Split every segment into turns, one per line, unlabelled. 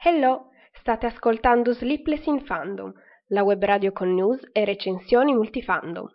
Hello, state ascoltando Sleepless in Fandom, la web radio con news e recensioni multifandom.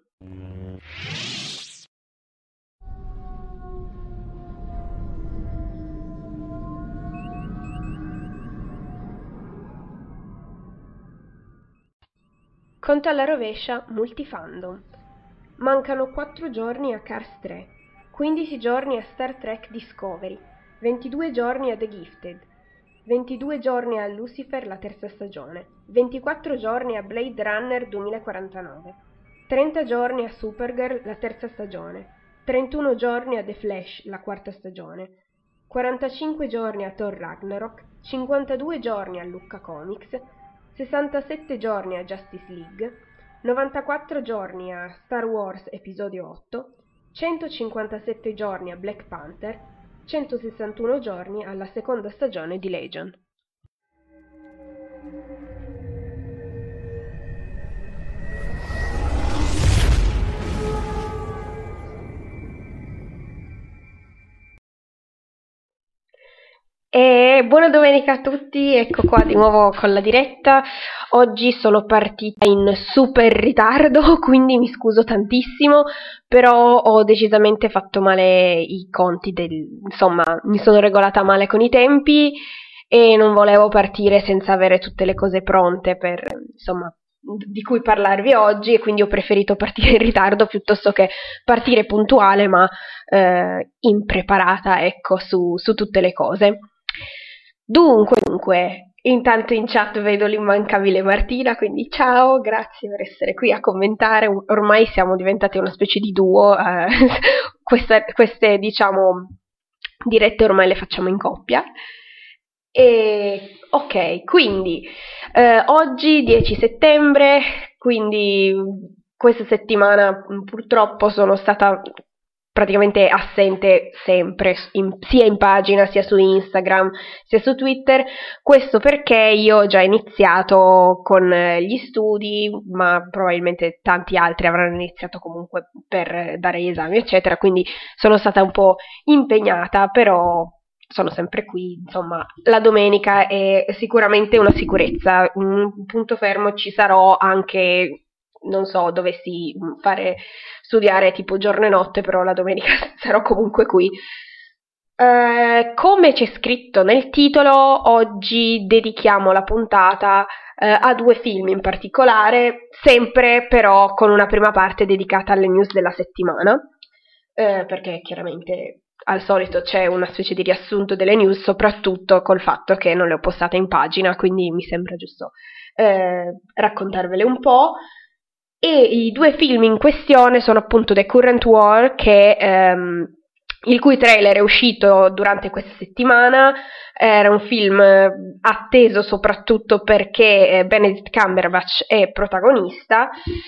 Conto alla rovescia multifandom. Mancano 4 giorni a Cars 3, 15 giorni a Star Trek Discovery, 22 giorni a The Gifted, 22 giorni a Lucifer la terza stagione, 24 giorni a Blade Runner 2049, 30 giorni a Supergirl la terza stagione, 31 giorni a The Flash la quarta stagione, 45 giorni a Thor Ragnarok, 52 giorni a Lucca Comics, 67 giorni a Justice League, 94 giorni a Star Wars Episodio 8, 157 giorni a Black Panther, 161 giorni alla seconda stagione di Legion. E buona domenica a tutti, ecco qua di nuovo con la diretta. Oggi sono partita in super ritardo, quindi mi scuso tantissimo, però ho decisamente fatto male i conti, insomma mi sono regolata male con i tempi e non volevo partire senza avere tutte le cose pronte per, insomma, di cui parlarvi oggi, e quindi ho preferito partire in ritardo piuttosto che partire puntuale ma impreparata, ecco, su tutte le cose. Dunque, intanto in chat vedo l'immancabile Martina, quindi ciao, grazie per essere qui a commentare. Ormai siamo diventati una specie di duo, queste diciamo dirette ormai le facciamo in coppia. E ok, quindi oggi 10 settembre, quindi questa settimana purtroppo sono stata praticamente assente sempre, sia in pagina, sia su Instagram, sia su Twitter. Questo perché io ho già iniziato con gli studi, ma probabilmente tanti altri avranno iniziato comunque per dare gli esami, eccetera, quindi sono stata un po' impegnata, però sono sempre qui, insomma, la domenica è sicuramente una sicurezza, un punto fermo ci sarò anche, non so, dovessi studiare tipo giorno e notte, però la domenica sarò comunque qui. Come c'è scritto nel titolo, oggi dedichiamo la puntata a 2 film in particolare, sempre però con una prima parte dedicata alle news della settimana, perché chiaramente al solito c'è una specie di riassunto delle news, soprattutto col fatto che non le ho postate in pagina, quindi mi sembra giusto raccontarvele un po'. E i 2 film in questione sono appunto The Current War, il cui trailer è uscito durante questa settimana. Era un film atteso soprattutto perché Benedict Cumberbatch è protagonista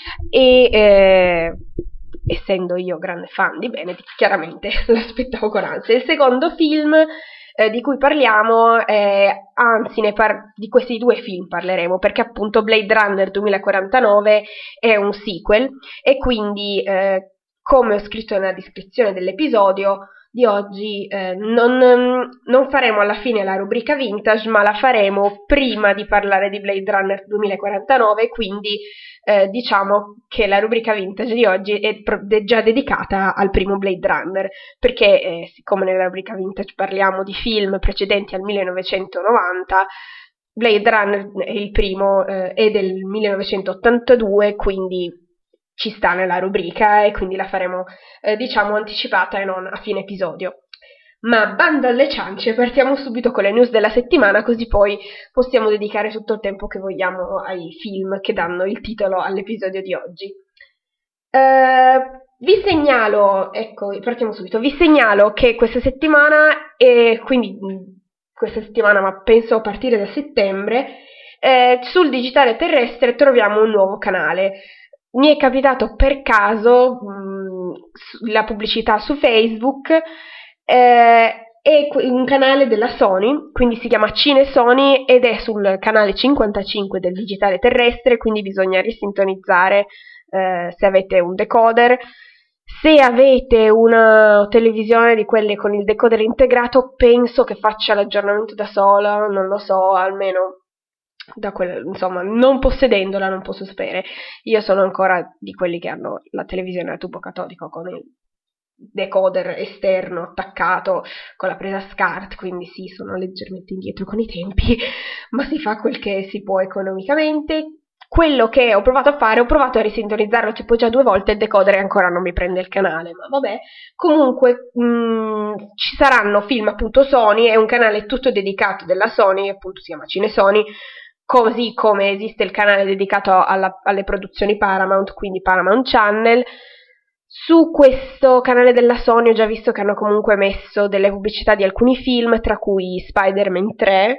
e essendo io grande fan di Benedict, chiaramente l'aspettavo con ansia. Il secondo film di cui parliamo, anzi di questi 2 film parleremo, perché appunto Blade Runner 2049 è un sequel e quindi come ho scritto nella descrizione dell'episodio di oggi, non faremo alla fine la rubrica vintage, ma la faremo prima di parlare di Blade Runner 2049, quindi diciamo che la rubrica vintage di oggi è già dedicata al primo Blade Runner, perché siccome nella rubrica vintage parliamo di film precedenti al 1990, Blade Runner è il primo, è del 1982, quindi ci sta nella rubrica e quindi la faremo diciamo anticipata e non a fine episodio. Ma bando alle ciance, partiamo subito con le news della settimana, così poi possiamo dedicare tutto il tempo che vogliamo ai film che danno il titolo all'episodio di oggi. Vi segnalo, ecco, partiamo subito, vi segnalo che questa settimana, ma penso a partire da settembre, sul digitale terrestre troviamo un nuovo canale. Mi è capitato per caso la pubblicità su Facebook, è un canale della Sony, quindi si chiama Cine Sony ed è sul canale 55 del digitale terrestre, quindi bisogna risintonizzare se avete un decoder. Se avete una televisione di quelle con il decoder integrato, penso che faccia l'aggiornamento da sola, non lo so, almeno insomma, non possedendola non posso sapere. Io sono ancora di quelli che hanno la televisione a tubo catodico con il decoder esterno attaccato con la presa SCART, quindi sì, sono leggermente indietro con i tempi, ma si fa quel che si può economicamente. Quello che ho provato a fare, ho provato a risintonizzarlo tipo già 2 volte, il decoder ancora non mi prende il canale, ma vabbè. Comunque ci saranno film appunto Sony, è un canale tutto dedicato della Sony, appunto si chiama Cinesony, così come esiste il canale dedicato alle produzioni Paramount, quindi Paramount Channel. Su questo canale della Sony ho già visto che hanno comunque messo delle pubblicità di alcuni film, tra cui Spider-Man 3,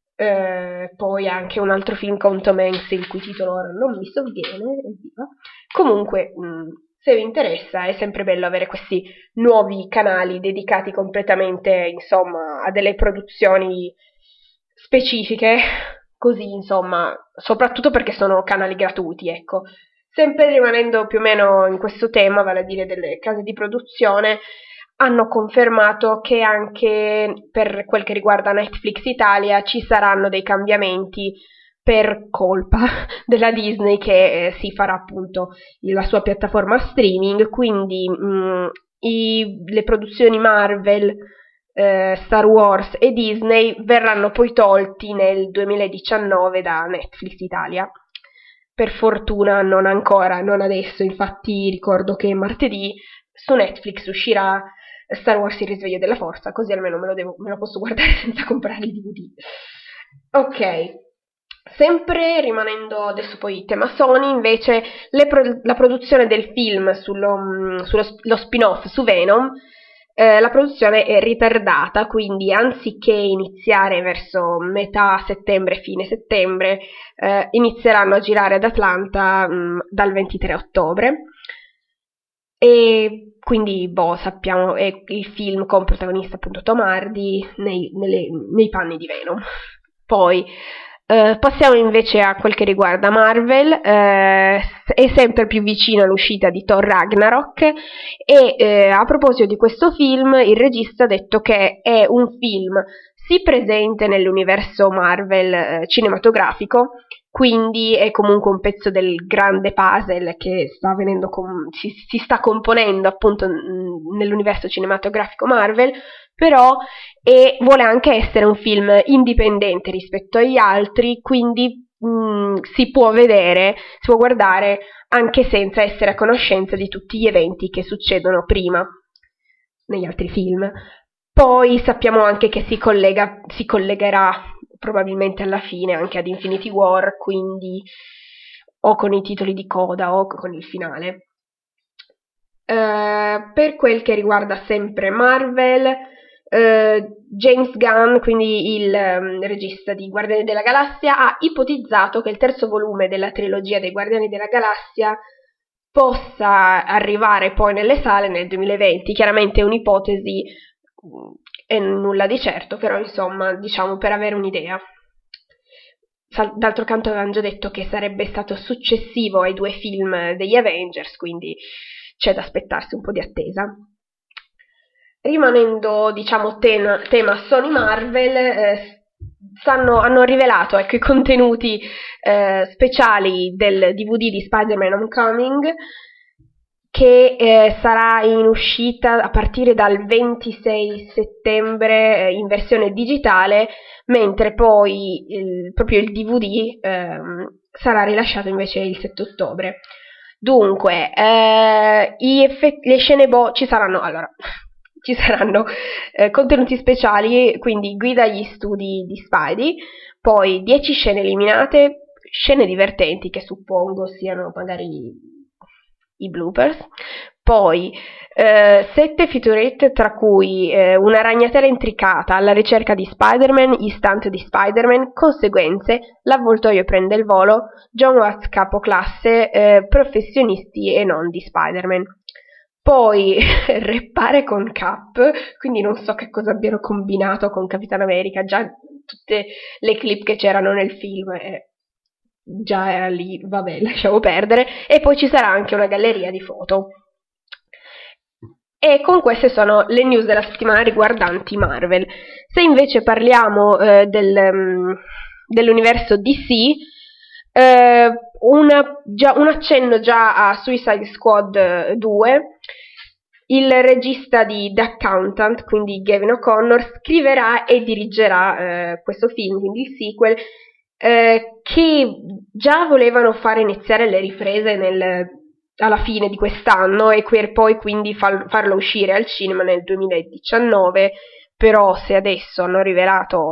poi anche un altro film con Tom Hanks, il cui titolo ora non mi sovviene, evviva. Comunque, se vi interessa, è sempre bello avere questi nuovi canali dedicati completamente, insomma, a delle produzioni specifiche, così, insomma, soprattutto perché sono canali gratuiti, ecco. Sempre rimanendo più o meno in questo tema, vale a dire delle case di produzione, hanno confermato che anche per quel che riguarda Netflix Italia ci saranno dei cambiamenti per colpa della Disney che si farà appunto la sua piattaforma streaming, quindi le produzioni Marvel, Star Wars e Disney verranno poi tolti nel 2019 da Netflix Italia. Per fortuna non ancora, non adesso, infatti ricordo che martedì su Netflix uscirà Star Wars Il risveglio della forza, così almeno me lo posso guardare senza comprare il DVD. Ok, sempre rimanendo adesso poi tema Sony, invece la produzione del film sullo spin-off su Venom, la produzione è ritardata, quindi anziché iniziare verso metà settembre, fine settembre, inizieranno a girare ad Atlanta dal 23 ottobre. E quindi, sappiamo, è il film con protagonista appunto Tom Hardy nei panni di Venom. Poi passiamo invece a quel che riguarda Marvel, è sempre più vicino all'uscita di Thor Ragnarok e a proposito di questo film il regista ha detto che è un film sì presente nell'universo Marvel cinematografico, quindi è comunque un pezzo del grande puzzle che si sta componendo appunto nell'universo cinematografico Marvel, però vuole anche essere un film indipendente rispetto agli altri, quindi si può guardare anche senza essere a conoscenza di tutti gli eventi che succedono prima negli altri film. Poi sappiamo anche che si collegherà probabilmente alla fine anche ad Infinity War, quindi o con i titoli di coda o con il finale. Per quel che riguarda sempre Marvel, James Gunn, quindi il regista di Guardiani della Galassia, ha ipotizzato che il terzo volume della trilogia dei Guardiani della Galassia possa arrivare poi nelle sale nel 2020. Chiaramente è un'ipotesi e nulla di certo, però insomma, diciamo per avere un'idea. D'altro canto avevano già detto che sarebbe stato successivo ai 2 film degli Avengers, quindi c'è da aspettarsi un po' di attesa. Rimanendo, diciamo, tema Sony Marvel, hanno rivelato i contenuti speciali del DVD di Spider-Man Homecoming, che sarà in uscita a partire dal 26 settembre in versione digitale, mentre poi proprio il DVD sarà rilasciato invece il 7 ottobre. Dunque, le scene ci saranno contenuti speciali, quindi guida agli studi di Spidey, poi 10 scene eliminate, scene divertenti che suppongo siano magari i bloopers, poi 7 featurette tra cui una ragnatela intricata alla ricerca di Spider-Man, gli stunt di Spider-Man, conseguenze, l'avvoltoio prende il volo, John Watts capoclasse, professionisti e non di Spider-Man. Poi reppare con Cap, quindi non so che cosa abbiano combinato con Capitan America, già tutte le clip che c'erano nel film già era lì, vabbè, lasciamo perdere. E poi ci sarà anche una galleria di foto. E con queste sono le news della settimana riguardanti Marvel. Se invece parliamo dell'universo DC, un accenno già a Suicide Squad 2. Il regista di The Accountant, quindi Gavin O'Connor, scriverà e dirigerà questo film, quindi il sequel, che già volevano fare iniziare le riprese alla fine di quest'anno e per poi quindi farlo uscire al cinema nel 2019, però se adesso hanno rivelato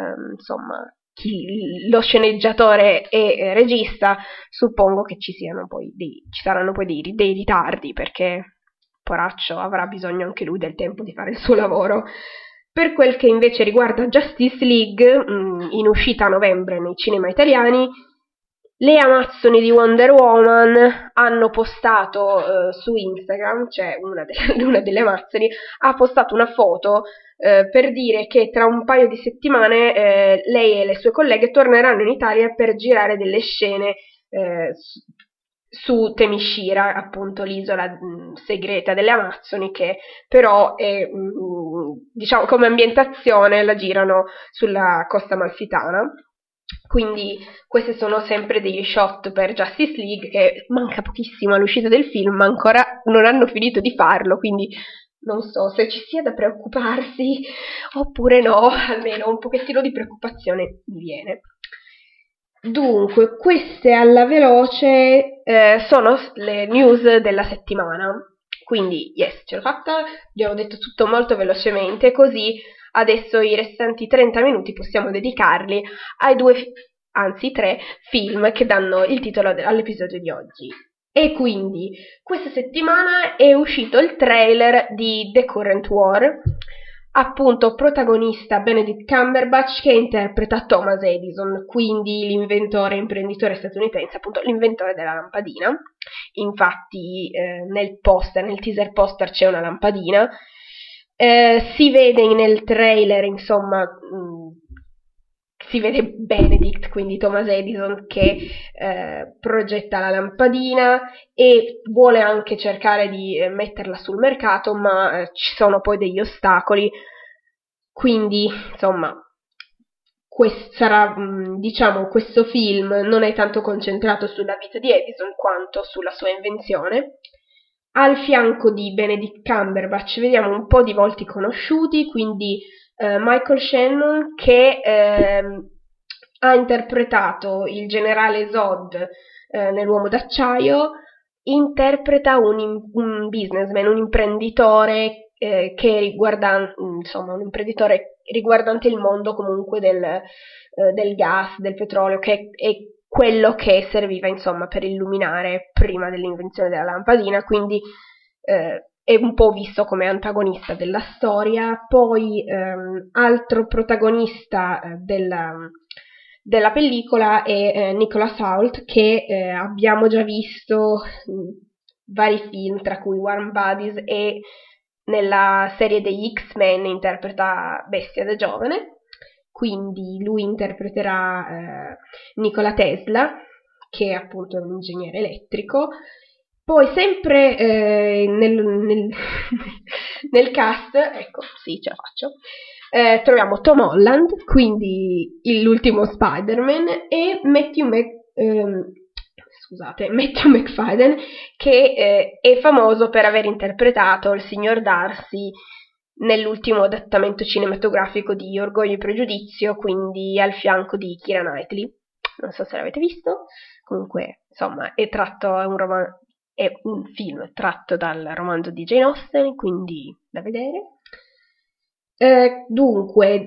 lo sceneggiatore e regista, suppongo che ci saranno poi dei ritardi, perché poraccio avrà bisogno anche lui del tempo di fare il suo lavoro. Per quel che invece riguarda Justice League, in uscita a novembre nei cinema italiani, le Amazzoni di Wonder Woman hanno postato su Instagram, cioè una delle Amazzoni, ha postato una foto per dire che tra un paio di settimane lei e le sue colleghe torneranno in Italia per girare delle scene su Themyscira, appunto l'isola segreta delle Amazzoni, che però è, diciamo, come ambientazione la girano sulla costa amalfitana. Quindi questi sono sempre degli shot per Justice League, che manca pochissimo all'uscita del film, ma ancora non hanno finito di farlo, quindi non so se ci sia da preoccuparsi oppure no, almeno un pochettino di preoccupazione mi viene. Dunque, queste alla veloce sono le news della settimana. Quindi, yes, ce l'ho fatta, vi ho detto tutto molto velocemente, così adesso i restanti 30 minuti possiamo dedicarli ai tre film che danno il titolo all'episodio di oggi. E quindi, questa settimana è uscito il trailer di The Current War, appunto protagonista Benedict Cumberbatch, che interpreta Thomas Edison, quindi l'inventore imprenditore statunitense, appunto l'inventore della lampadina. Infatti nel teaser poster c'è una lampadina, si vede nel trailer, insomma, si vede Benedict, quindi Thomas Edison, che progetta la lampadina e vuole anche cercare di metterla sul mercato, ma ci sono poi degli ostacoli. Quindi, insomma, questo film non è tanto concentrato sulla vita di Edison quanto sulla sua invenzione. Al fianco di Benedict Cumberbatch vediamo un po' di volti conosciuti, quindi Michael Shannon, che ha interpretato il generale Zod nell'Uomo d'Acciaio, interpreta un businessman, un imprenditore che riguarda, insomma, un imprenditore riguardante il mondo comunque del gas, del petrolio, che è quello che serviva, insomma, per illuminare prima dell'invenzione della lampadina, quindi è un po' visto come antagonista della storia. Poi altro protagonista della pellicola è Nicholas Hoult, che abbiamo già visto in vari film, tra cui Warm Bodies, e nella serie degli X-Men interpreta Bestia da giovane. Quindi lui interpreterà Nikola Tesla, che è appunto un ingegnere elettrico. Poi sempre nel cast, ecco, sì, ce la faccio, troviamo Tom Holland, quindi l'ultimo Spider-Man, e Matthew McFadden, che è famoso per aver interpretato il signor Darcy nell'ultimo adattamento cinematografico di Orgoglio e Pregiudizio, quindi al fianco di Keira Knightley. Non so se l'avete visto, comunque, insomma, è un film tratto dal romanzo di Jane Austen, quindi da vedere. Dunque,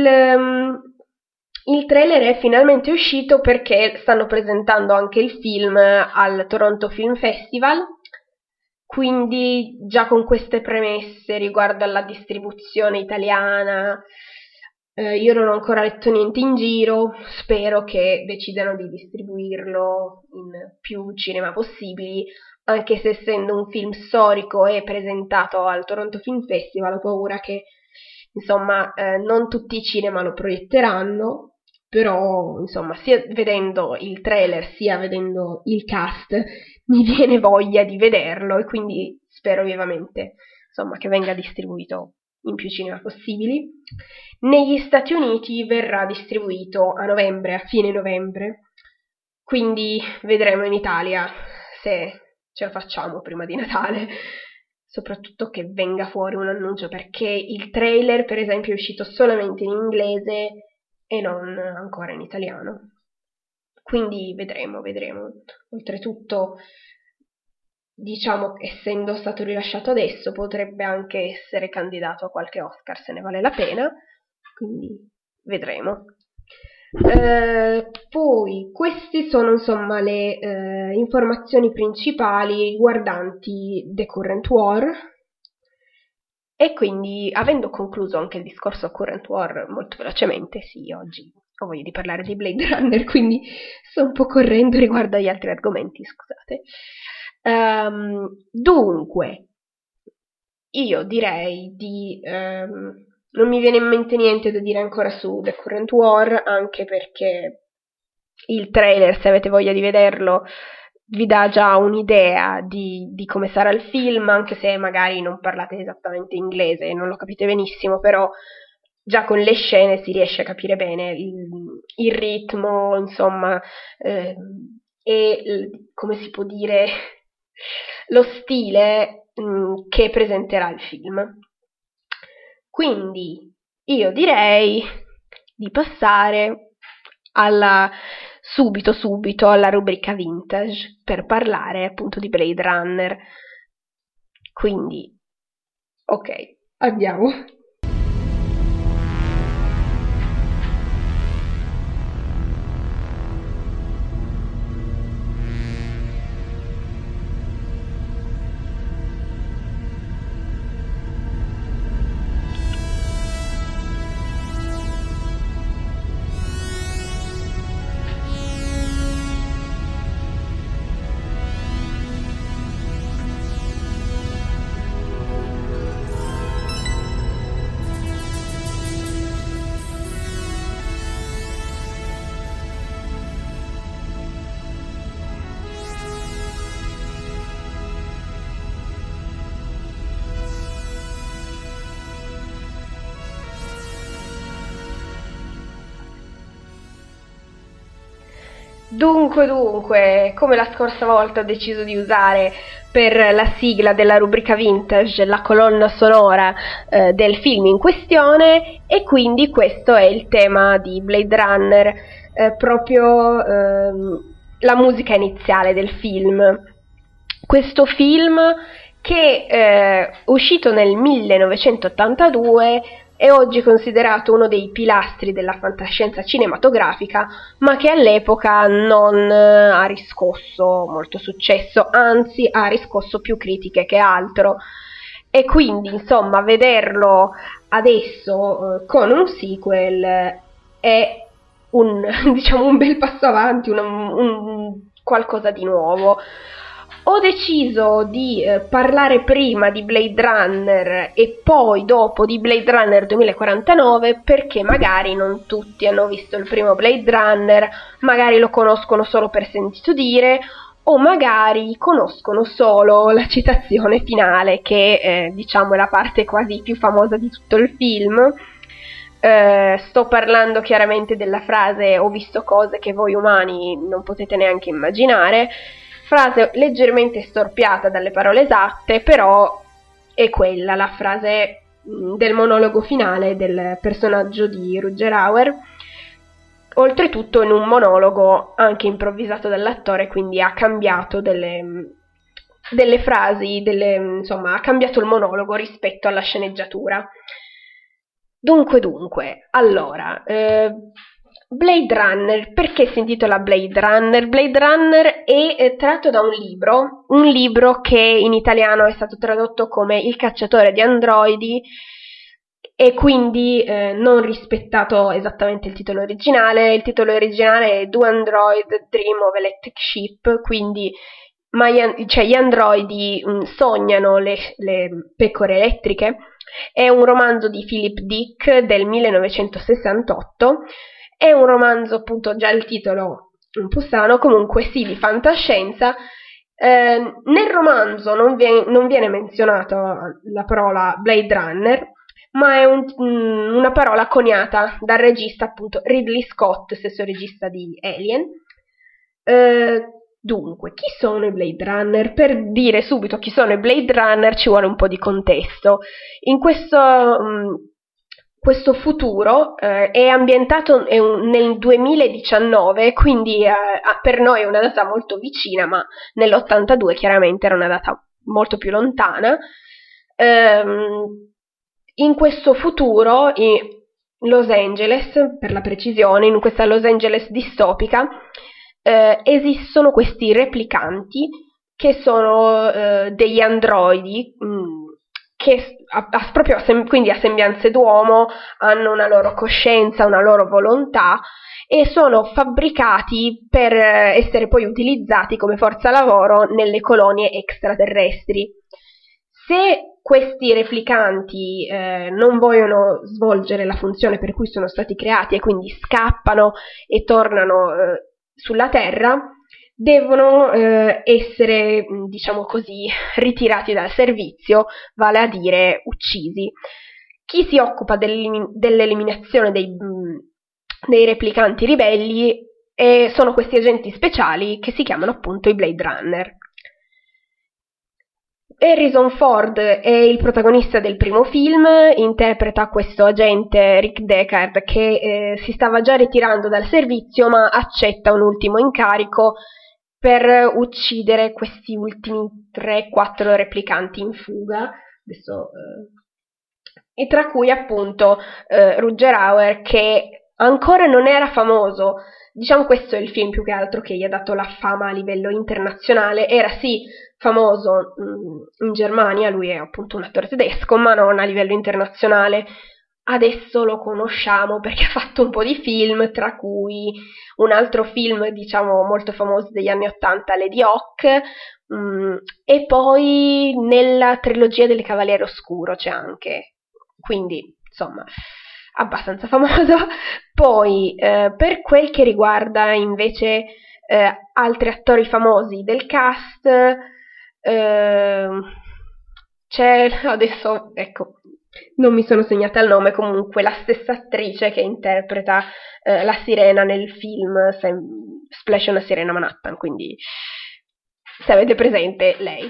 il trailer è finalmente uscito perché stanno presentando anche il film al Toronto Film Festival, quindi già con queste premesse riguardo alla distribuzione italiana, io non ho ancora letto niente in giro, spero che decidano di distribuirlo in più cinema possibili, anche se essendo un film storico e presentato al Toronto Film Festival ho paura che, insomma, non tutti i cinema lo proietteranno, però, insomma, sia vedendo il trailer sia vedendo il cast mi viene voglia di vederlo, e quindi spero vivamente insomma, che venga distribuito in più cinema possibili. Negli Stati Uniti verrà distribuito a novembre, a fine novembre, quindi vedremo in Italia se ce la facciamo prima di Natale, soprattutto che venga fuori un annuncio, perché il trailer, per esempio, è uscito solamente in inglese e non ancora in italiano. Quindi vedremo. Oltretutto, diciamo che essendo stato rilasciato adesso, potrebbe anche essere candidato a qualche Oscar se ne vale la pena, quindi vedremo. Poi queste sono insomma le informazioni principali riguardanti The Current War, e quindi, avendo concluso anche il discorso Current War molto velocemente, sì, oggi ho voglia di parlare di Blade Runner, quindi sto un po' correndo riguardo agli altri argomenti, scusate. Dunque, io direi di... non mi viene in mente niente da dire ancora su The Current War, anche perché il trailer, se avete voglia di vederlo, vi dà già un'idea di come sarà il film, anche se magari non parlate esattamente inglese, non lo capite benissimo, però già con le scene si riesce a capire bene il ritmo, insomma, e come si può dire, lo stile che presenterà il film. Quindi io direi di passare subito alla rubrica vintage per parlare appunto di Blade Runner. Quindi, ok, andiamo. Dunque, come la scorsa volta ho deciso di usare per la sigla della rubrica vintage la colonna sonora del film in questione, e quindi questo è il tema di Blade Runner, proprio la musica iniziale del film. Questo film che è uscito nel 1982 è oggi considerato uno dei pilastri della fantascienza cinematografica, ma che all'epoca non ha riscosso molto successo, anzi ha riscosso più critiche che altro. E quindi, insomma, vederlo adesso con un sequel è diciamo, un bel passo avanti, un qualcosa di nuovo. Ho deciso di parlare prima di Blade Runner e poi dopo di Blade Runner 2049, perché magari non tutti hanno visto il primo Blade Runner, magari lo conoscono solo per sentito dire, o magari conoscono solo la citazione finale, che diciamo è la parte quasi più famosa di tutto il film. Sto parlando chiaramente della frase "ho visto cose che voi umani non potete neanche immaginare", frase leggermente storpiata dalle parole esatte, però è quella la frase del monologo finale del personaggio di Rutger Hauer, oltretutto in un monologo anche improvvisato dall'attore, quindi ha cambiato delle frasi, insomma ha cambiato il monologo rispetto alla sceneggiatura. Dunque, allora, Blade Runner, perché si intitola Blade Runner? Blade Runner è tratto da un libro che in italiano è stato tradotto come Il cacciatore di androidi, e quindi non rispettato esattamente il titolo originale. Il titolo originale è Do Android Dream of Electric Sheep, quindi gli androidi sognano le pecore elettriche. È un romanzo di Philip Dick del 1968, è un romanzo, appunto, già il titolo un po' strano, comunque sì, di fantascienza, Nel romanzo non viene menzionata la parola Blade Runner, ma è una parola coniata dal regista appunto Ridley Scott, stesso regista di Alien. Dunque, chi sono i Blade Runner? Per dire subito chi sono i Blade Runner ci vuole un po' di contesto. In questo futuro è ambientato nel 2019, quindi per noi è una data molto vicina, ma nell'82 chiaramente era una data molto più lontana. In questo futuro, in Los Angeles, per la precisione, in questa Los Angeles distopica, esistono questi replicanti che sono degli androidi che proprio quindi a sembianze d'uomo, hanno una loro coscienza, una loro volontà e sono fabbricati per essere poi utilizzati come forza lavoro nelle colonie extraterrestri. Se questi replicanti non vogliono svolgere la funzione per cui sono stati creati e quindi scappano e tornano sulla Terra, devono essere, diciamo così, ritirati dal servizio, vale a dire uccisi. Chi si occupa dell'eliminazione dei replicanti ribelli sono questi agenti speciali che si chiamano appunto i Blade Runner. Harrison Ford è il protagonista del primo film, interpreta questo agente Rick Deckard che si stava già ritirando dal servizio ma accetta un ultimo incarico per uccidere questi ultimi 3-4 replicanti in fuga, adesso, e tra cui appunto Rutger Hauer, che ancora non era famoso. Diciamo questo è il film più che altro che gli ha dato la fama a livello internazionale. Era sì famoso in Germania, lui è appunto un attore tedesco, ma non a livello internazionale. Adesso lo conosciamo perché ha fatto un po' di film, tra cui un altro film, diciamo, molto famoso degli anni '80, Lady Hawk, e poi nella trilogia delle Cavaliere Oscuro c'è anche, quindi, insomma, abbastanza famoso. Poi, per quel che riguarda invece altri attori famosi del cast, c'è adesso, ecco, non mi sono segnata il nome, comunque la stessa attrice che interpreta la sirena nel film Splash una sirena Manhattan, quindi se avete presente lei.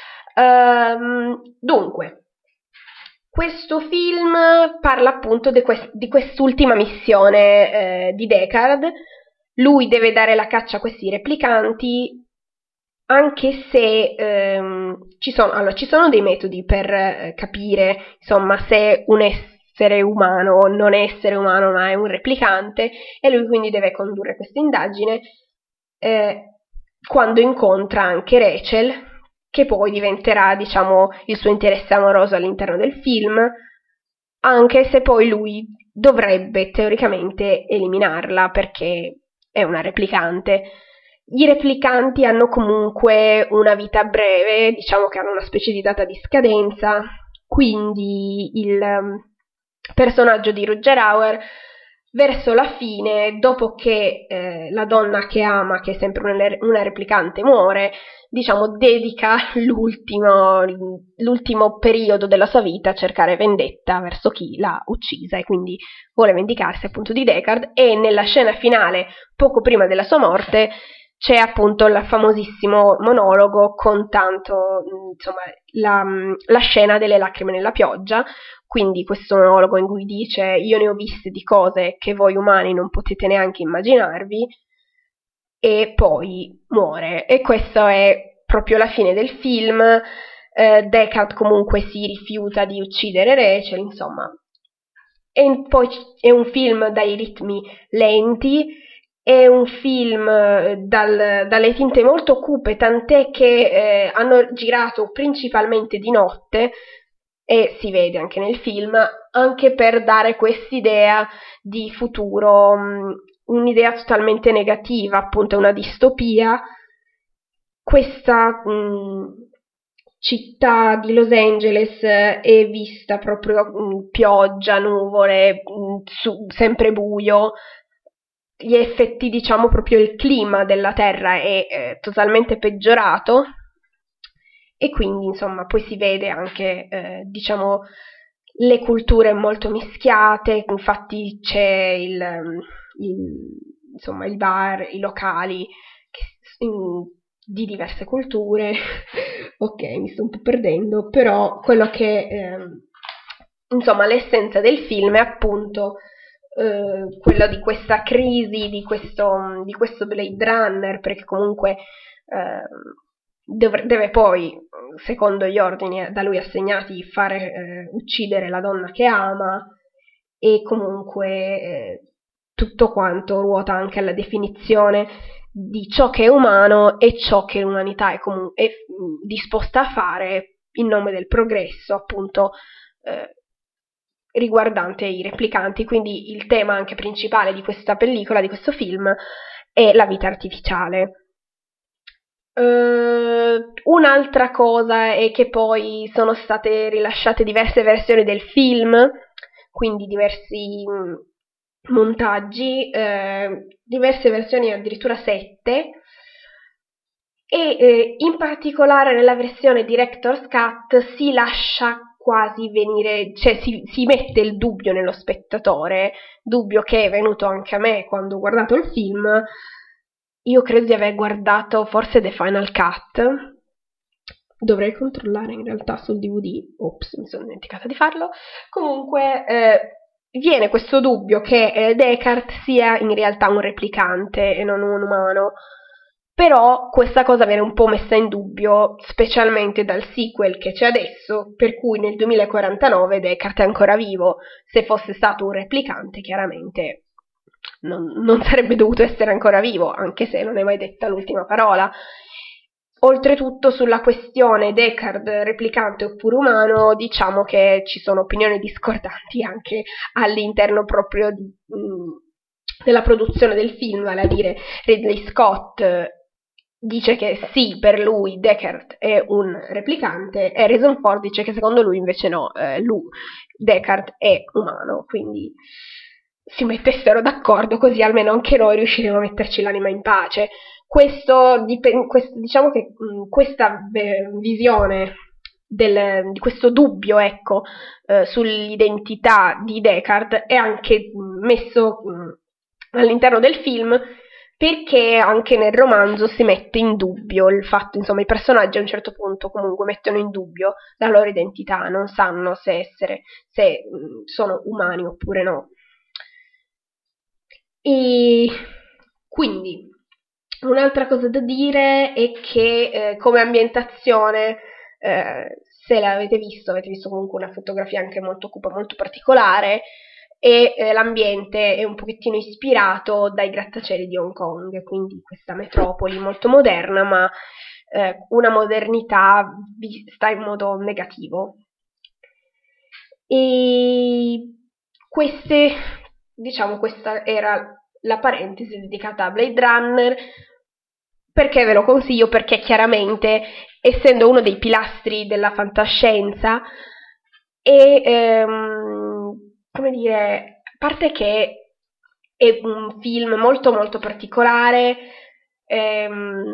Dunque, questo film parla appunto di quest'ultima missione di Deckard. Lui deve dare la caccia a questi replicanti, anche se ci sono dei metodi per capire, insomma, se un essere umano non è essere umano ma è un replicante, e lui quindi deve condurre questa indagine quando incontra anche Rachel, che poi diventerà, diciamo, il suo interesse amoroso all'interno del film, anche se poi lui dovrebbe teoricamente eliminarla perché è una replicante. I replicanti hanno comunque una vita breve, diciamo che hanno una specie di data di scadenza, quindi il personaggio di Rutger Hauer verso la fine, dopo che la donna che ama, che è sempre una replicante, muore, diciamo dedica l'ultimo periodo della sua vita a cercare vendetta verso chi l'ha uccisa, e quindi vuole vendicarsi appunto di Deckard. E nella scena finale, poco prima della sua morte, c'è appunto il famosissimo monologo con tanto, insomma, la scena delle lacrime nella pioggia, quindi questo monologo in cui dice: io ne ho viste di cose che voi umani non potete neanche immaginarvi, e poi muore. E questa è proprio la fine del film. Deckard comunque si rifiuta di uccidere Rachel, insomma. E poi è un film dai ritmi lenti, è un film dalle tinte molto cupe, tant'è che hanno girato principalmente di notte, e si vede anche nel film, anche per dare quest'idea di futuro, un'idea totalmente negativa, appunto una distopia. Questa città di Los Angeles è vista proprio pioggia, nuvole, sempre buio, gli effetti, diciamo, proprio il clima della Terra è totalmente peggiorato, e quindi insomma poi si vede anche, diciamo, le culture molto mischiate. Infatti c'è insomma, il bar, i locali di diverse culture. Ok, mi sto un po' perdendo, però quello che insomma, l'essenza del film è appunto quello di questa crisi, di questo Blade Runner, perché comunque deve poi, secondo gli ordini da lui assegnati, fare uccidere la donna che ama, e comunque tutto quanto ruota anche alla definizione di ciò che è umano e ciò che l'umanità è disposta a fare in nome del progresso, appunto, riguardante i replicanti. Quindi il tema anche principale di questa pellicola, di questo film, è la vita artificiale. Un'altra cosa è che poi sono state rilasciate diverse versioni del film, quindi diversi montaggi, diverse versioni, addirittura 7, e in particolare nella versione Director's Cut si lascia quasi venire, cioè si mette il dubbio nello spettatore, dubbio che è venuto anche a me quando ho guardato il film. Io credo di aver guardato forse The Final Cut, dovrei controllare in realtà sul DVD, ops, mi sono dimenticata di farlo. Comunque viene questo dubbio che Descartes sia in realtà un replicante e non un umano, però questa cosa viene un po' messa in dubbio, specialmente dal sequel che c'è adesso, per cui nel 2049 Descartes è ancora vivo. Se fosse stato un replicante, chiaramente non sarebbe dovuto essere ancora vivo, anche se non è mai detta l'ultima parola. Oltretutto, sulla questione Descartes replicante oppure umano, diciamo che ci sono opinioni discordanti anche all'interno proprio della produzione del film, vale a dire Ridley Scott dice che sì, per lui Descartes è un replicante, e Harrison Ford dice che secondo lui invece no, Descartes è umano. Quindi si mettessero d'accordo, così almeno anche noi riusciremo a metterci l'anima in pace. Diciamo che questa visione di questo dubbio, ecco, sull'identità di Descartes è anche messo all'interno del film, perché anche nel romanzo si mette in dubbio il fatto, insomma, i personaggi a un certo punto comunque mettono in dubbio la loro identità, non sanno se sono umani oppure no. E quindi un'altra cosa da dire è che come ambientazione, se avete visto comunque una fotografia anche molto cupa, molto particolare, e l'ambiente è un pochettino ispirato dai grattacieli di Hong Kong, quindi questa metropoli molto moderna, ma una modernità vista in modo negativo. E questa era la parentesi dedicata a Blade Runner. Perché ve lo consiglio? Perché chiaramente, essendo uno dei pilastri della fantascienza, e come dire, a parte che è un film molto molto particolare, è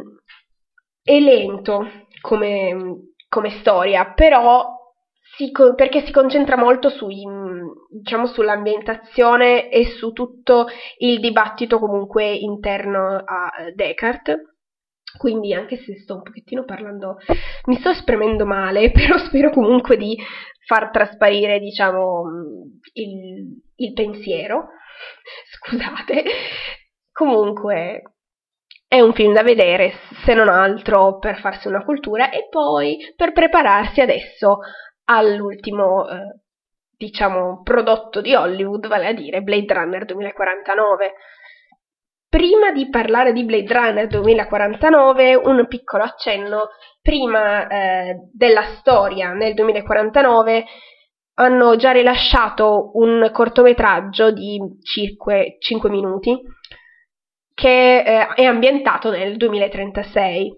lento come storia, però perché si concentra molto diciamo, sull'ambientazione e su tutto il dibattito comunque interno a Descartes. Quindi, anche se sto un pochettino parlando, mi sto esprimendo male, però spero comunque di far trasparire, diciamo, il pensiero. Scusate. Comunque è un film da vedere, se non altro per farsi una cultura e poi per prepararsi adesso all'ultimo, diciamo, prodotto di Hollywood, vale a dire Blade Runner 2049. Prima di parlare di Blade Runner 2049, un piccolo accenno. Prima della storia, nel 2049, hanno già rilasciato un cortometraggio di 5 minuti che è ambientato nel 2036.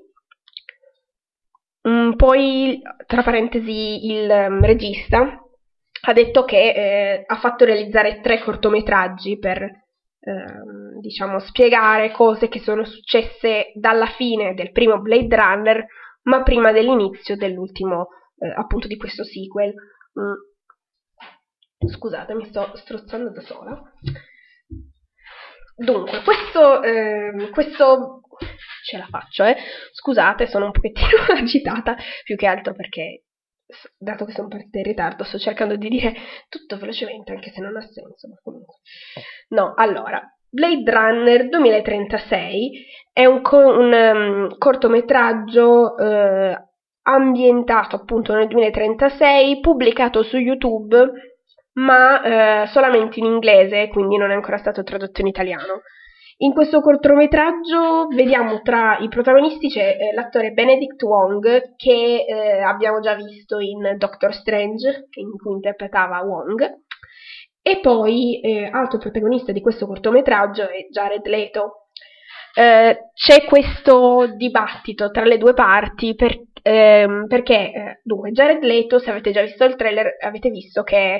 Poi, tra parentesi, il regista ha detto che ha fatto realizzare 3 cortometraggi per diciamo, spiegare cose che sono successe dalla fine del primo Blade Runner, ma prima dell'inizio dell'ultimo, appunto, di questo sequel. Scusate, mi sto strozzando da sola. Dunque, questo ce la faccio, Scusate, sono un pochettino agitata, più che altro perché, dato che sono partita in ritardo, sto cercando di dire tutto velocemente, anche se non ha senso, ma comunque. No, allora, Blade Runner 2036 è un cortometraggio ambientato appunto nel 2036, pubblicato su YouTube, ma solamente in inglese, quindi non è ancora stato tradotto in italiano. In questo cortometraggio vediamo tra i protagonisti c'è l'attore Benedict Wong, che abbiamo già visto in Doctor Strange, in cui interpretava Wong, e poi altro protagonista di questo cortometraggio è Jared Leto. C'è questo dibattito tra le due parti perché dunque Jared Leto, se avete già visto il trailer, avete visto che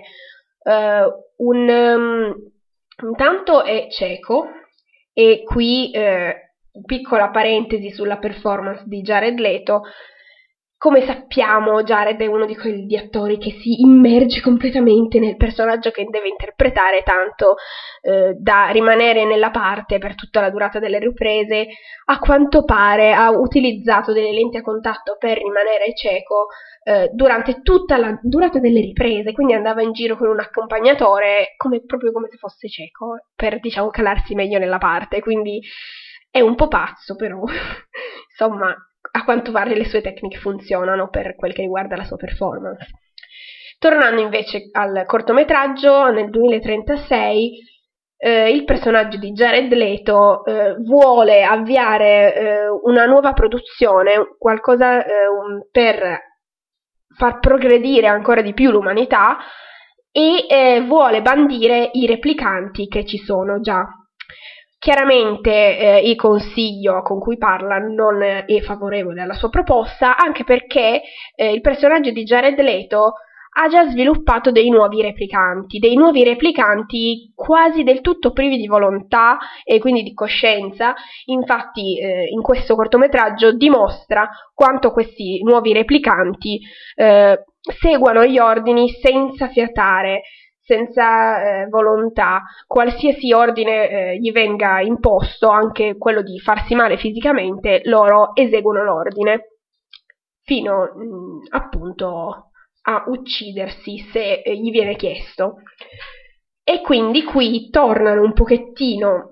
intanto è cieco, e qui piccola parentesi sulla performance di Jared Leto. Come sappiamo, Jared è uno di quegli attori che si immerge completamente nel personaggio che deve interpretare, tanto da rimanere nella parte per tutta la durata delle riprese. A quanto pare ha utilizzato delle lenti a contatto per rimanere cieco durante tutta la durata delle riprese, quindi andava in giro con un accompagnatore proprio come se fosse cieco, per, diciamo, calarsi meglio nella parte. Quindi è un po' pazzo, però insomma, a quanto pare le sue tecniche funzionano per quel che riguarda la sua performance. Tornando invece al cortometraggio, nel 2036 il personaggio di Jared Leto vuole avviare una nuova produzione, qualcosa per far progredire ancora di più l'umanità, e vuole bandire i replicanti che ci sono già. Chiaramente il consiglio con cui parla non è favorevole alla sua proposta, anche perché il personaggio di Jared Leto ha già sviluppato dei nuovi replicanti quasi del tutto privi di volontà e quindi di coscienza. Infatti in questo cortometraggio dimostra quanto questi nuovi replicanti seguano gli ordini senza fiatare, senza volontà. Qualsiasi ordine gli venga imposto, anche quello di farsi male fisicamente, loro eseguono l'ordine, fino appunto a uccidersi se gli viene chiesto. E quindi qui tornano un pochettino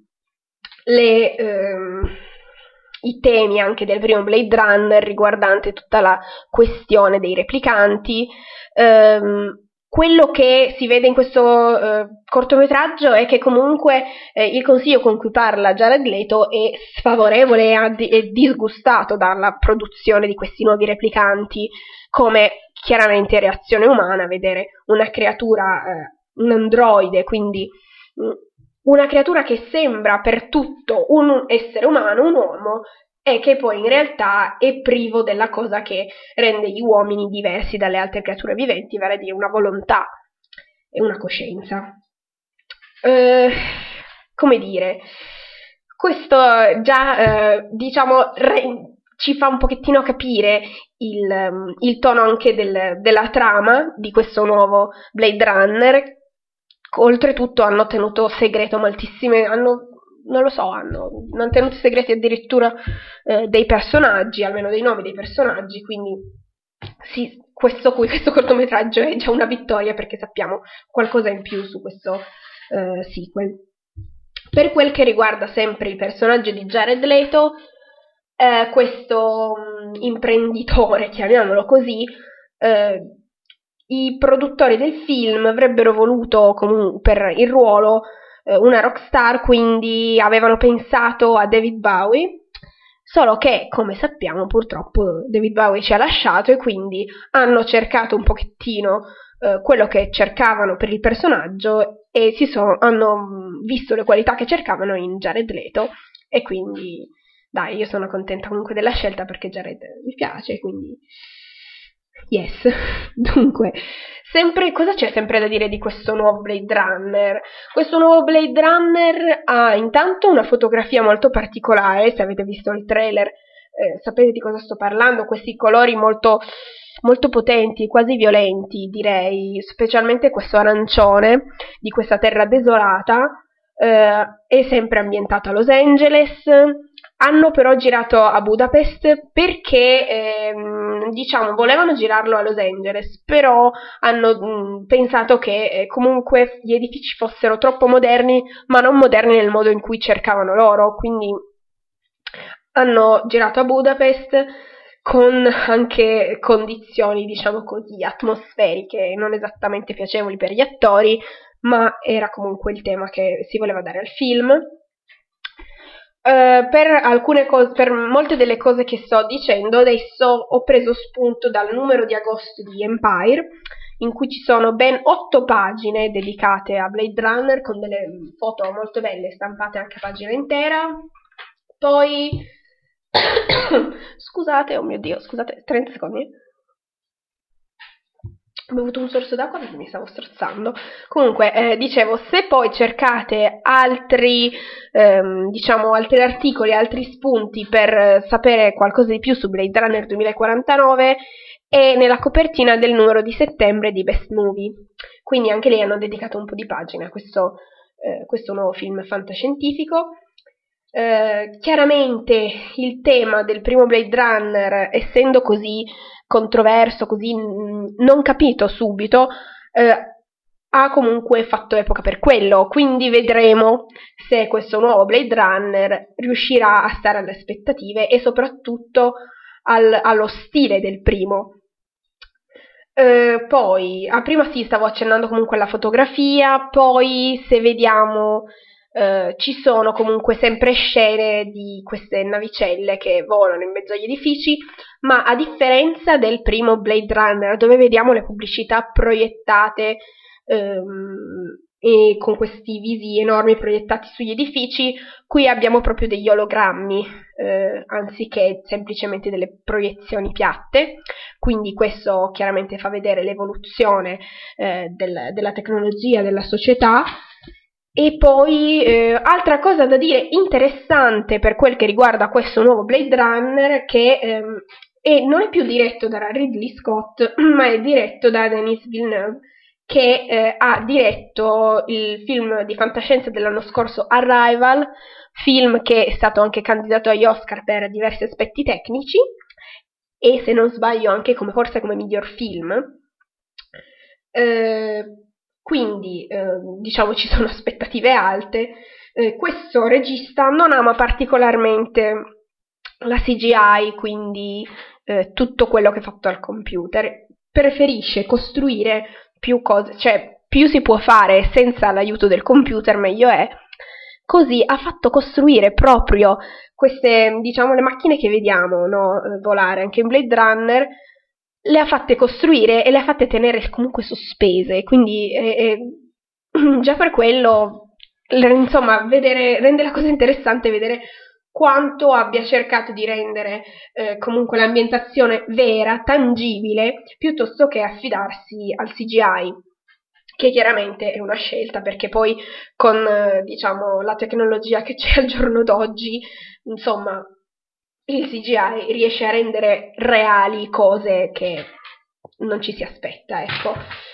i temi anche del primo Blade Runner, riguardante tutta la questione dei replicanti. Quello che si vede in questo cortometraggio è che comunque il consiglio con cui parla Jared Leto è sfavorevole e disgustato dalla produzione di questi nuovi replicanti, come chiaramente reazione umana vedere una creatura, un androide, quindi una creatura che sembra per tutto un essere umano, un uomo, e che poi in realtà è privo della cosa che rende gli uomini diversi dalle altre creature viventi, vale a dire una volontà e una coscienza. Come dire, questo già diciamo ci fa un pochettino capire il tono anche della trama di questo nuovo Blade Runner. Oltretutto hanno tenuto segreto moltissime, hanno tenuto segreti addirittura dei personaggi, almeno dei nomi dei personaggi, quindi sì, questo cortometraggio è già una vittoria, perché sappiamo qualcosa in più su questo sequel. Per quel che riguarda sempre il personaggio di Jared Leto, questo imprenditore, chiamiamolo così, i produttori del film avrebbero voluto per il ruolo una rockstar, quindi avevano pensato a David Bowie, solo che, come sappiamo, purtroppo David Bowie ci ha lasciato, e quindi hanno cercato un pochettino quello che cercavano per il personaggio, e hanno visto le qualità che cercavano in Jared Leto, e quindi dai, io sono contenta comunque della scelta, perché Jared mi piace, quindi yes. Dunque, Cosa c'è sempre da dire di questo nuovo Blade Runner? Questo nuovo Blade Runner ha intanto una fotografia molto particolare, se avete visto il trailer sapete di cosa sto parlando, questi colori molto, molto potenti, quasi violenti direi, specialmente questo arancione di questa terra desolata, è sempre ambientato a Los Angeles. Hanno però girato a Budapest perché diciamo volevano girarlo a Los Angeles, però hanno pensato che comunque gli edifici fossero troppo moderni, ma non moderni nel modo in cui cercavano loro, quindi hanno girato a Budapest con anche condizioni, diciamo così, atmosferiche, non esattamente piacevoli per gli attori, ma era comunque il tema che si voleva dare al film. Per molte delle cose che sto dicendo adesso ho preso spunto dal numero di agosto di Empire, in cui ci sono ben 8 pagine dedicate a Blade Runner con delle foto molto belle stampate anche a pagina intera. Poi scusate, oh mio Dio, scusate, 30 secondi. Ho bevuto un sorso d'acqua perché mi stavo strozzando. Comunque, dicevo, se poi cercate altri articoli, altri spunti per sapere qualcosa di più su Blade Runner 2049, è nella copertina del numero di settembre di Best Movie. Quindi anche lì hanno dedicato un po' di pagine a questo nuovo film fantascientifico. Chiaramente il tema del primo Blade Runner, essendo così controverso, così non capito subito, ha comunque fatto epoca per quello, quindi vedremo se questo nuovo Blade Runner riuscirà a stare alle aspettative e soprattutto allo stile del primo. Poi, prima sì, stavo accennando comunque alla fotografia, poi se vediamo ci sono comunque sempre scene di queste navicelle che volano in mezzo agli edifici, ma a differenza del primo Blade Runner, dove vediamo le pubblicità proiettate e con questi visi enormi proiettati sugli edifici, qui abbiamo proprio degli ologrammi, anziché semplicemente delle proiezioni piatte, quindi questo chiaramente fa vedere l'evoluzione della tecnologia, della società. E poi, altra cosa da dire interessante per quel che riguarda questo nuovo Blade Runner, che non è più diretto da Ridley Scott, ma è diretto da Denis Villeneuve, che ha diretto il film di fantascienza dell'anno scorso Arrival, film che è stato anche candidato agli Oscar per diversi aspetti tecnici, e se non sbaglio anche forse come miglior film. Quindi diciamo ci sono aspettative alte. Questo regista non ama particolarmente la CGI, quindi tutto quello che è fatto al computer, preferisce costruire più cose, cioè più si può fare senza l'aiuto del computer meglio è. Così ha fatto costruire proprio queste, diciamo, le macchine che vediamo, no, volare anche in Blade Runner, le ha fatte costruire e le ha fatte tenere comunque sospese, quindi già per quello, insomma, rende la cosa interessante vedere quanto abbia cercato di rendere comunque l'ambientazione vera, tangibile, piuttosto che affidarsi al CGI, che chiaramente è una scelta, perché poi con diciamo la tecnologia che c'è al giorno d'oggi, insomma, il CGI riesce a rendere reali cose che non ci si aspetta, ecco.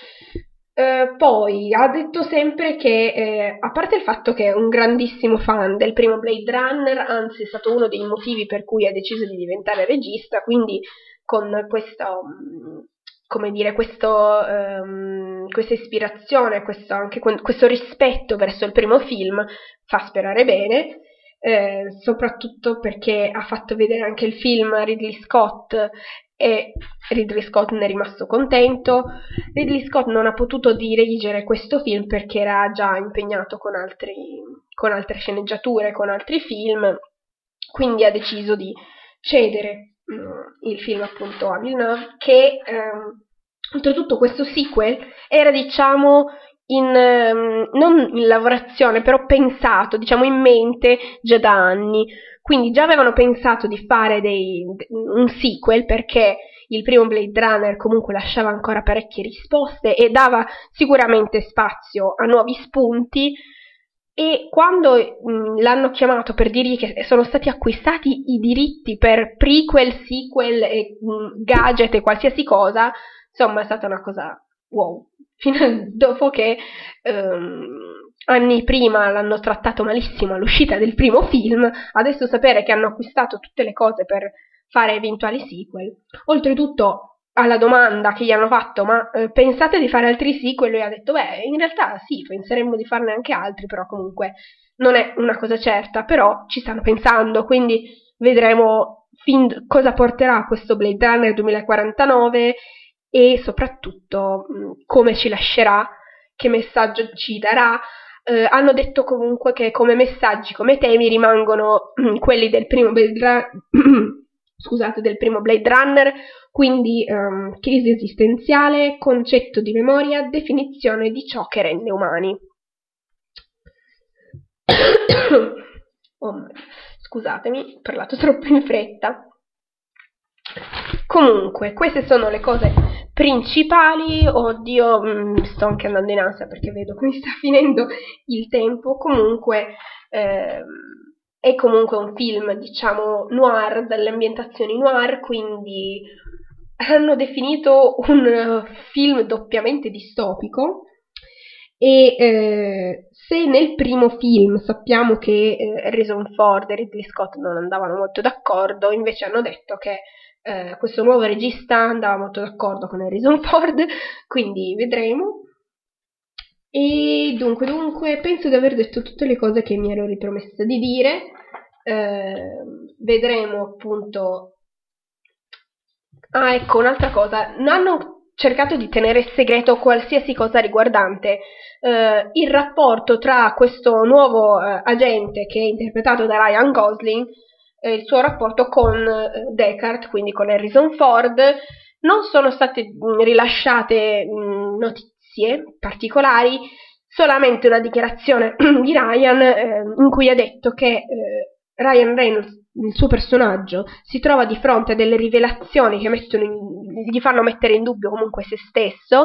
Poi ha detto sempre che, a parte il fatto che è un grandissimo fan del primo Blade Runner, anzi è stato uno dei motivi per cui ha deciso di diventare regista, quindi con questo, come dire, questa ispirazione, anche questo rispetto verso il primo film fa sperare bene. Soprattutto perché ha fatto vedere anche il film a Ridley Scott e Ridley Scott ne è rimasto contento. Ridley Scott non ha potuto dirigere questo film perché era già impegnato con altre sceneggiature, con altri film, quindi ha deciso di cedere il film appunto a Villeneuve, che oltretutto questo sequel era, diciamo, non in lavorazione, però pensato, diciamo, in mente già da anni. Quindi già avevano pensato di fare un sequel, perché il primo Blade Runner comunque lasciava ancora parecchie risposte e dava sicuramente spazio a nuovi spunti, e quando l'hanno chiamato per dirgli che sono stati acquistati i diritti per prequel, sequel e gadget e qualsiasi cosa, insomma è stata una cosa wow. Dopo che anni prima l'hanno trattato malissimo all'uscita del primo film, adesso sapere che hanno acquistato tutte le cose per fare eventuali sequel. Oltretutto, alla domanda che gli hanno fatto, ma pensate di fare altri sequel? Lui ha detto, beh, in realtà sì, penseremmo di farne anche altri, però comunque non è una cosa certa, però ci stanno pensando, quindi vedremo cosa porterà questo Blade Runner 2049 e soprattutto come ci lascerà, che messaggio ci darà. Hanno detto comunque che come messaggi, come temi rimangono quelli del primo Blade del primo Blade Runner, quindi crisi esistenziale, concetto di memoria, definizione di ciò che rende umani. Scusatemi, ho parlato troppo in fretta. Comunque, queste sono le cose principali. Oddio, sto anche andando in ansia perché vedo che mi sta finendo il tempo. Comunque, è comunque un film, diciamo, noir, dalle ambientazioni noir, quindi hanno definito un film doppiamente distopico. E se nel primo film sappiamo che Harrison Ford e Ridley Scott non andavano molto d'accordo, invece hanno detto che questo nuovo regista andava molto d'accordo con Harrison Ford, quindi vedremo. E dunque, penso di aver detto tutte le cose che mi ero ripromessa di dire. Vedremo appunto. Ah, ecco, un'altra cosa. Hanno cercato di tenere segreto qualsiasi cosa riguardante il rapporto tra questo nuovo agente, che è interpretato da Ryan Gosling, il suo rapporto con Deckard, quindi con Harrison Ford. Non sono state rilasciate notizie particolari, solamente una dichiarazione di Ryan in cui ha detto che Ryan Reynolds, il suo personaggio, si trova di fronte a delle rivelazioni che gli fanno mettere in dubbio comunque se stesso,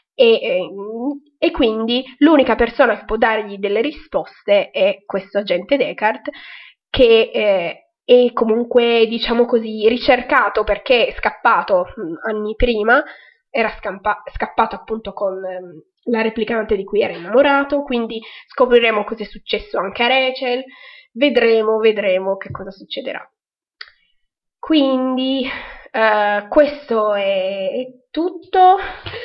e quindi l'unica persona che può dargli delle risposte è questo agente Deckard, che è comunque, diciamo così, ricercato perché è scappato anni prima, era scappato appunto con la replicante di cui era innamorato, quindi scopriremo cosa è successo anche a Rachel. Vedremo che cosa succederà. Quindi questo è tutto.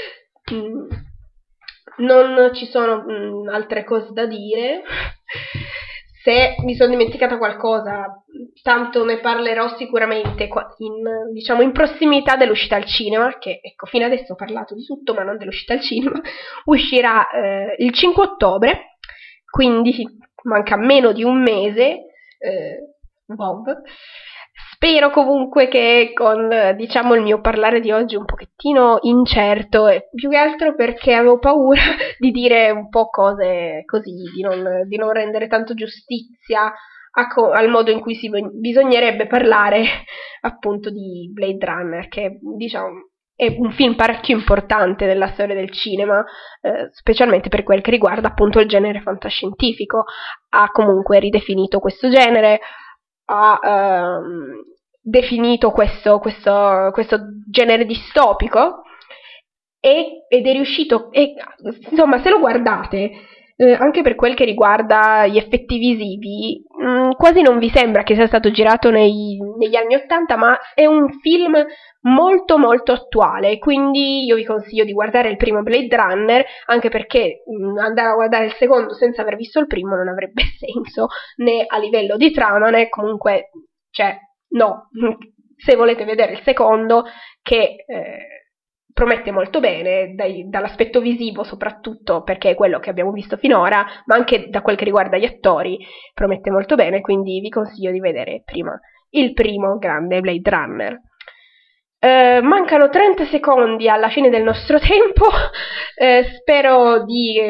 Non ci sono altre cose da dire. Se mi sono dimenticata qualcosa, tanto ne parlerò sicuramente in prossimità dell'uscita al cinema, che ecco, fino adesso ho parlato di tutto ma non dell'uscita al cinema. Uscirà il 5 ottobre, quindi manca meno di un mese. Wow. Spero comunque che con, diciamo, il mio parlare di oggi un pochettino incerto, e più che altro perché avevo paura di dire un po' cose così, di non rendere tanto giustizia al modo in cui bisognerebbe parlare appunto di Blade Runner, che diciamo è un film parecchio importante nella storia del cinema, specialmente per quel che riguarda appunto il genere fantascientifico. Ha comunque ridefinito questo genere, ha definito questo genere distopico ed è riuscito, insomma, se lo guardate, anche per quel che riguarda gli effetti visivi, quasi non vi sembra che sia stato girato negli anni '80, ma è un film molto molto attuale, quindi io vi consiglio di guardare il primo Blade Runner, anche perché andare a guardare il secondo senza aver visto il primo non avrebbe senso, né a livello di trama, né comunque, cioè, no, se volete vedere il secondo, che promette molto bene, dall'aspetto visivo soprattutto, perché è quello che abbiamo visto finora, ma anche da quel che riguarda gli attori, promette molto bene, quindi vi consiglio di vedere prima il primo grande Blade Runner. Mancano 30 secondi alla fine del nostro tempo. Spero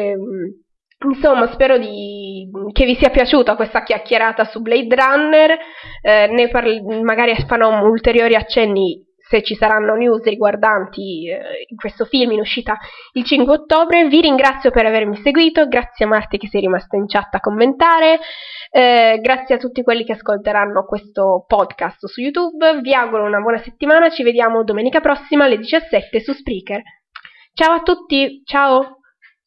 che vi sia piaciuta questa chiacchierata su Blade Runner. Magari farò ulteriori accenni se ci saranno news riguardanti questo film in uscita il 5 ottobre. Vi ringrazio per avermi seguito, grazie a Marti che sei rimasta in chat a commentare, grazie a tutti quelli che ascolteranno questo podcast su YouTube, vi auguro una buona settimana, ci vediamo domenica prossima alle 17 su Spreaker. Ciao a tutti, ciao!